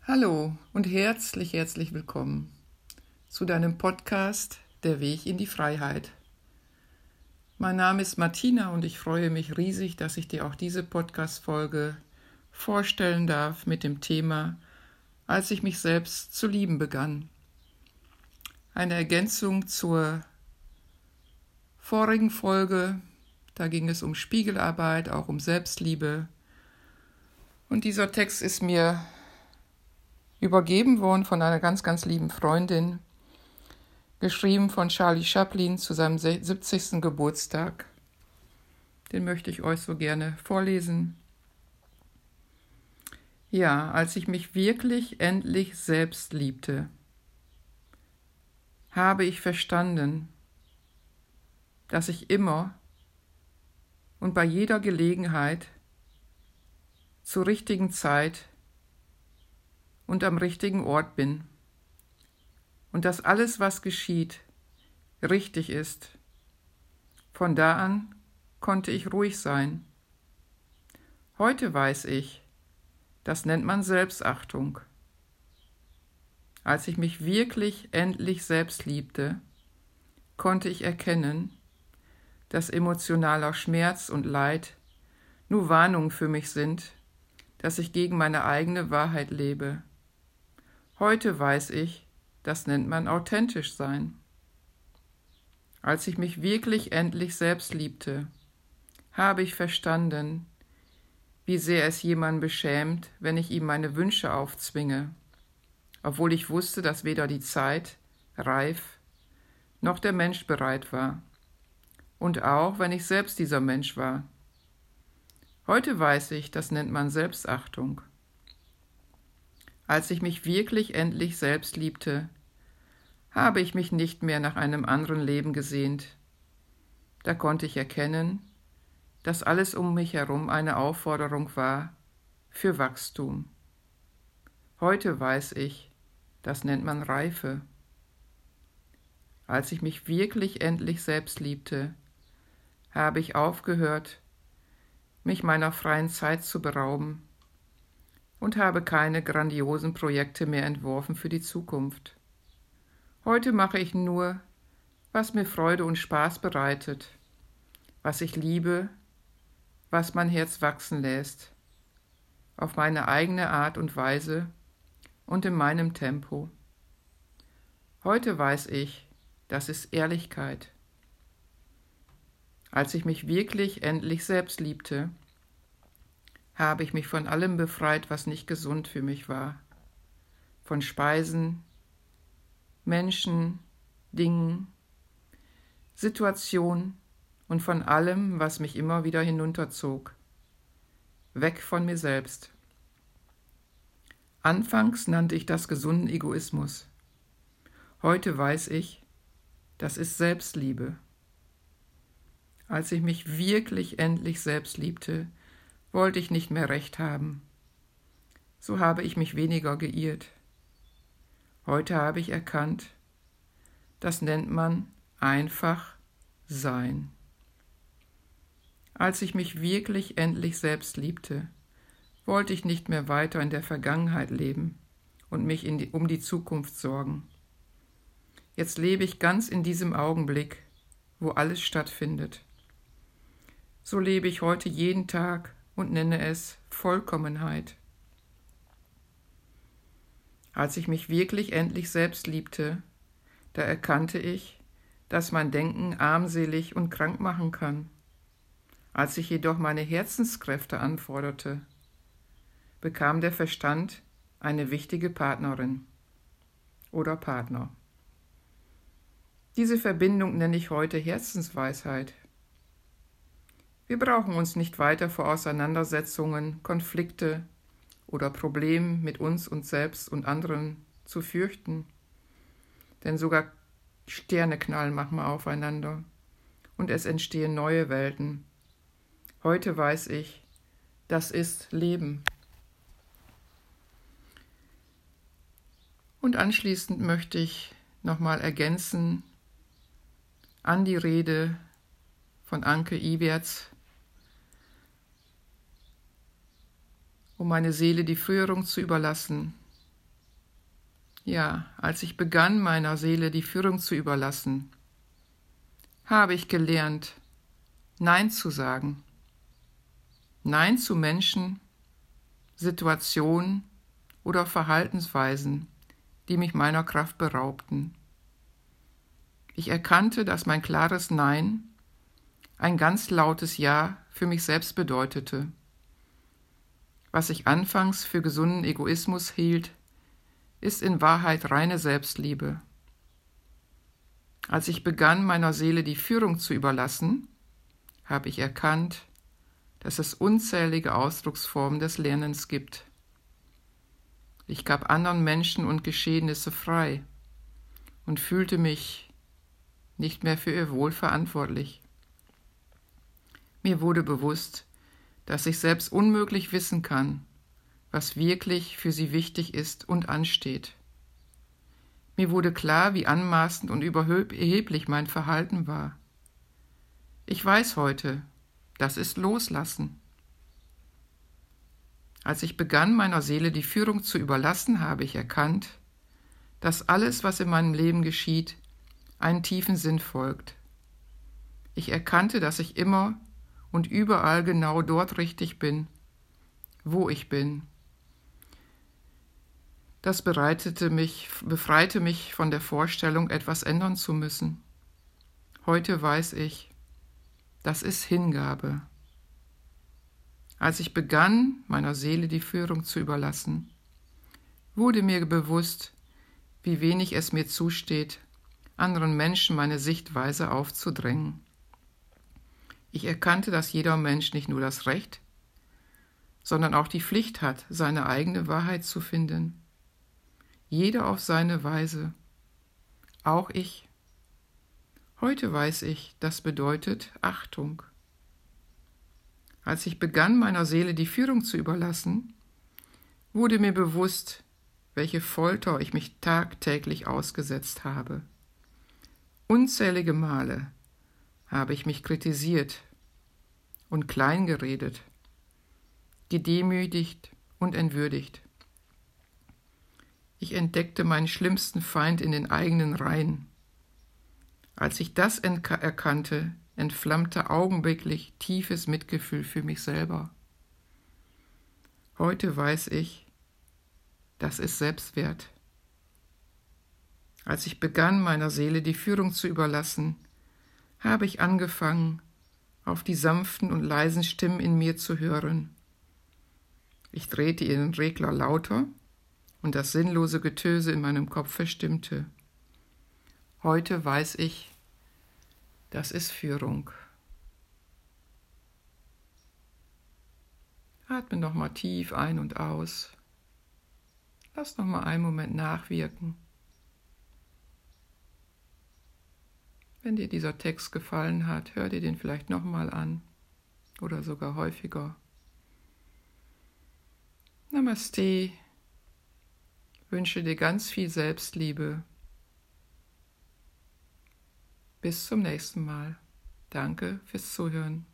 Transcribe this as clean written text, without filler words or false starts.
Hallo und herzlich willkommen zu deinem Podcast Der Weg in die Freiheit. Mein Name ist Martina und ich freue mich riesig, dass ich dir auch diese Podcast-Folge vorstellen darf mit dem Thema Als ich mich selbst zu lieben begann. Eine Ergänzung zur vorigen Folge, da ging es um Spiegelarbeit, auch um Selbstliebe. Und dieser Text ist mir übergeben worden von einer ganz lieben Freundin, geschrieben von Charlie Chaplin zu seinem 70. Geburtstag. Den möchte ich euch so gerne vorlesen. Ja, als ich mich wirklich endlich selbst liebte, habe ich verstanden, dass ich immer und bei jeder Gelegenheit zur richtigen Zeit und am richtigen Ort bin und dass alles, was geschieht, richtig ist. Von da an konnte ich ruhig sein. Heute weiß ich, das nennt man Selbstachtung. Als ich mich wirklich endlich selbst liebte, konnte ich erkennen, dass emotionaler Schmerz und Leid nur Warnungen für mich sind, dass ich gegen meine eigene Wahrheit lebe. Heute weiß ich, das nennt man authentisch sein. Als ich mich wirklich endlich selbst liebte, habe ich verstanden, wie sehr es jemanden beschämt, wenn ich ihm meine Wünsche aufzwinge, obwohl ich wusste, dass weder die Zeit reif noch der Mensch bereit war. Und auch, wenn ich selbst dieser Mensch war. Heute weiß ich, das nennt man Selbstachtung. Als ich mich wirklich endlich selbst liebte, habe ich mich nicht mehr nach einem anderen Leben gesehnt. Da konnte ich erkennen, dass alles um mich herum eine Aufforderung war für Wachstum. Heute weiß ich, das nennt man Reife. Als ich mich wirklich endlich selbst liebte, habe ich aufgehört, mich meiner freien Zeit zu berauben und habe keine grandiosen Projekte mehr entworfen für die Zukunft. Heute mache ich nur, was mir Freude und Spaß bereitet, was ich liebe, was mein Herz wachsen lässt, auf meine eigene Art und Weise und in meinem Tempo. Heute weiß ich, das ist Ehrlichkeit. Als ich mich wirklich endlich selbst liebte, habe ich mich von allem befreit, was nicht gesund für mich war. Von Speisen, Menschen, Dingen, Situationen und von allem, was mich immer wieder hinunterzog. Weg von mir selbst. Anfangs nannte ich das gesunden Egoismus. Heute weiß ich, das ist Selbstliebe. Als ich mich wirklich endlich selbst liebte, wollte ich nicht mehr recht haben. So habe ich mich weniger geirrt. Heute habe ich erkannt, das nennt man einfach sein. Als ich mich wirklich endlich selbst liebte, wollte ich nicht mehr weiter in der Vergangenheit leben und mich um die Zukunft sorgen. Jetzt lebe ich ganz in diesem Augenblick, wo alles stattfindet. So lebe ich heute jeden Tag und nenne es Vollkommenheit. Als ich mich wirklich endlich selbst liebte, da erkannte ich, dass mein Denken armselig und krank machen kann. Als ich jedoch meine Herzenskräfte anforderte, bekam der Verstand eine wichtige Partnerin oder Partner. Diese Verbindung nenne ich heute Herzensweisheit. Wir brauchen uns nicht weiter vor Auseinandersetzungen, Konflikte oder Problemen mit uns selbst und anderen zu fürchten, denn sogar Sterne knallen manchmal aufeinander und es entstehen neue Welten. Heute weiß ich, das ist Leben. Und anschließend möchte ich nochmal ergänzen an die Rede von Anke Iwerts, um meine Seele die Führung zu überlassen, Ja, als ich begann, meiner Seele die Führung zu überlassen, habe ich gelernt, Nein zu sagen. Nein zu Menschen, Situationen oder Verhaltensweisen, die mich meiner Kraft beraubten. Ich erkannte, dass mein klares Nein ein ganz lautes Ja für mich selbst bedeutete. Was ich anfangs für gesunden Egoismus hielt, ist in Wahrheit reine Selbstliebe. Als ich begann, meiner Seele die Führung zu überlassen, habe ich erkannt, dass es unzählige Ausdrucksformen des Lernens gibt. Ich gab anderen Menschen und Geschehnisse frei und fühlte mich nicht mehr für ihr Wohl verantwortlich. Mir wurde bewusst, dass ich selbst unmöglich wissen kann, was wirklich für sie wichtig ist und ansteht. Mir wurde klar, wie anmaßend und überheblich mein Verhalten war. Ich weiß heute, das ist Loslassen. Als ich begann, meiner Seele die Führung zu überlassen, habe ich erkannt, dass alles, was in meinem Leben geschieht, einen tiefen Sinn folgt. Ich erkannte, dass ich immer und überall genau dort richtig bin, wo ich bin. Das befreite mich von der Vorstellung, etwas ändern zu müssen. Heute weiß ich, das ist Hingabe. Als ich begann, meiner Seele die Führung zu überlassen, wurde mir bewusst, wie wenig es mir zusteht, anderen Menschen meine Sichtweise aufzudrängen. Ich erkannte, dass jeder Mensch nicht nur das Recht, sondern auch die Pflicht hat, seine eigene Wahrheit zu finden. Jeder auf seine Weise, auch ich. Heute weiß ich, das bedeutet Achtung. Als ich begann, meiner Seele die Führung zu überlassen, wurde mir bewusst, welche Folter ich mich tagtäglich ausgesetzt habe. Unzählige Male habe ich mich kritisiert und kleingeredet, gedemütigt und entwürdigt. Ich entdeckte meinen schlimmsten Feind in den eigenen Reihen. Als ich das erkannte, entflammte augenblicklich tiefes Mitgefühl für mich selber. Heute weiß ich, das ist Selbstwert. Als ich begann, meiner Seele die Führung zu überlassen, habe ich angefangen, auf die sanften und leisen Stimmen in mir zu hören. Ich drehte ihren Regler lauter und das sinnlose Getöse in meinem Kopf verstimmte. Heute weiß ich, das ist Führung. Atme nochmal tief ein und aus. Lass nochmal einen Moment nachwirken. Wenn dir dieser Text gefallen hat, hör dir den vielleicht nochmal an oder sogar häufiger. Namaste. Wünsche dir ganz viel Selbstliebe. Bis zum nächsten Mal. Danke fürs Zuhören.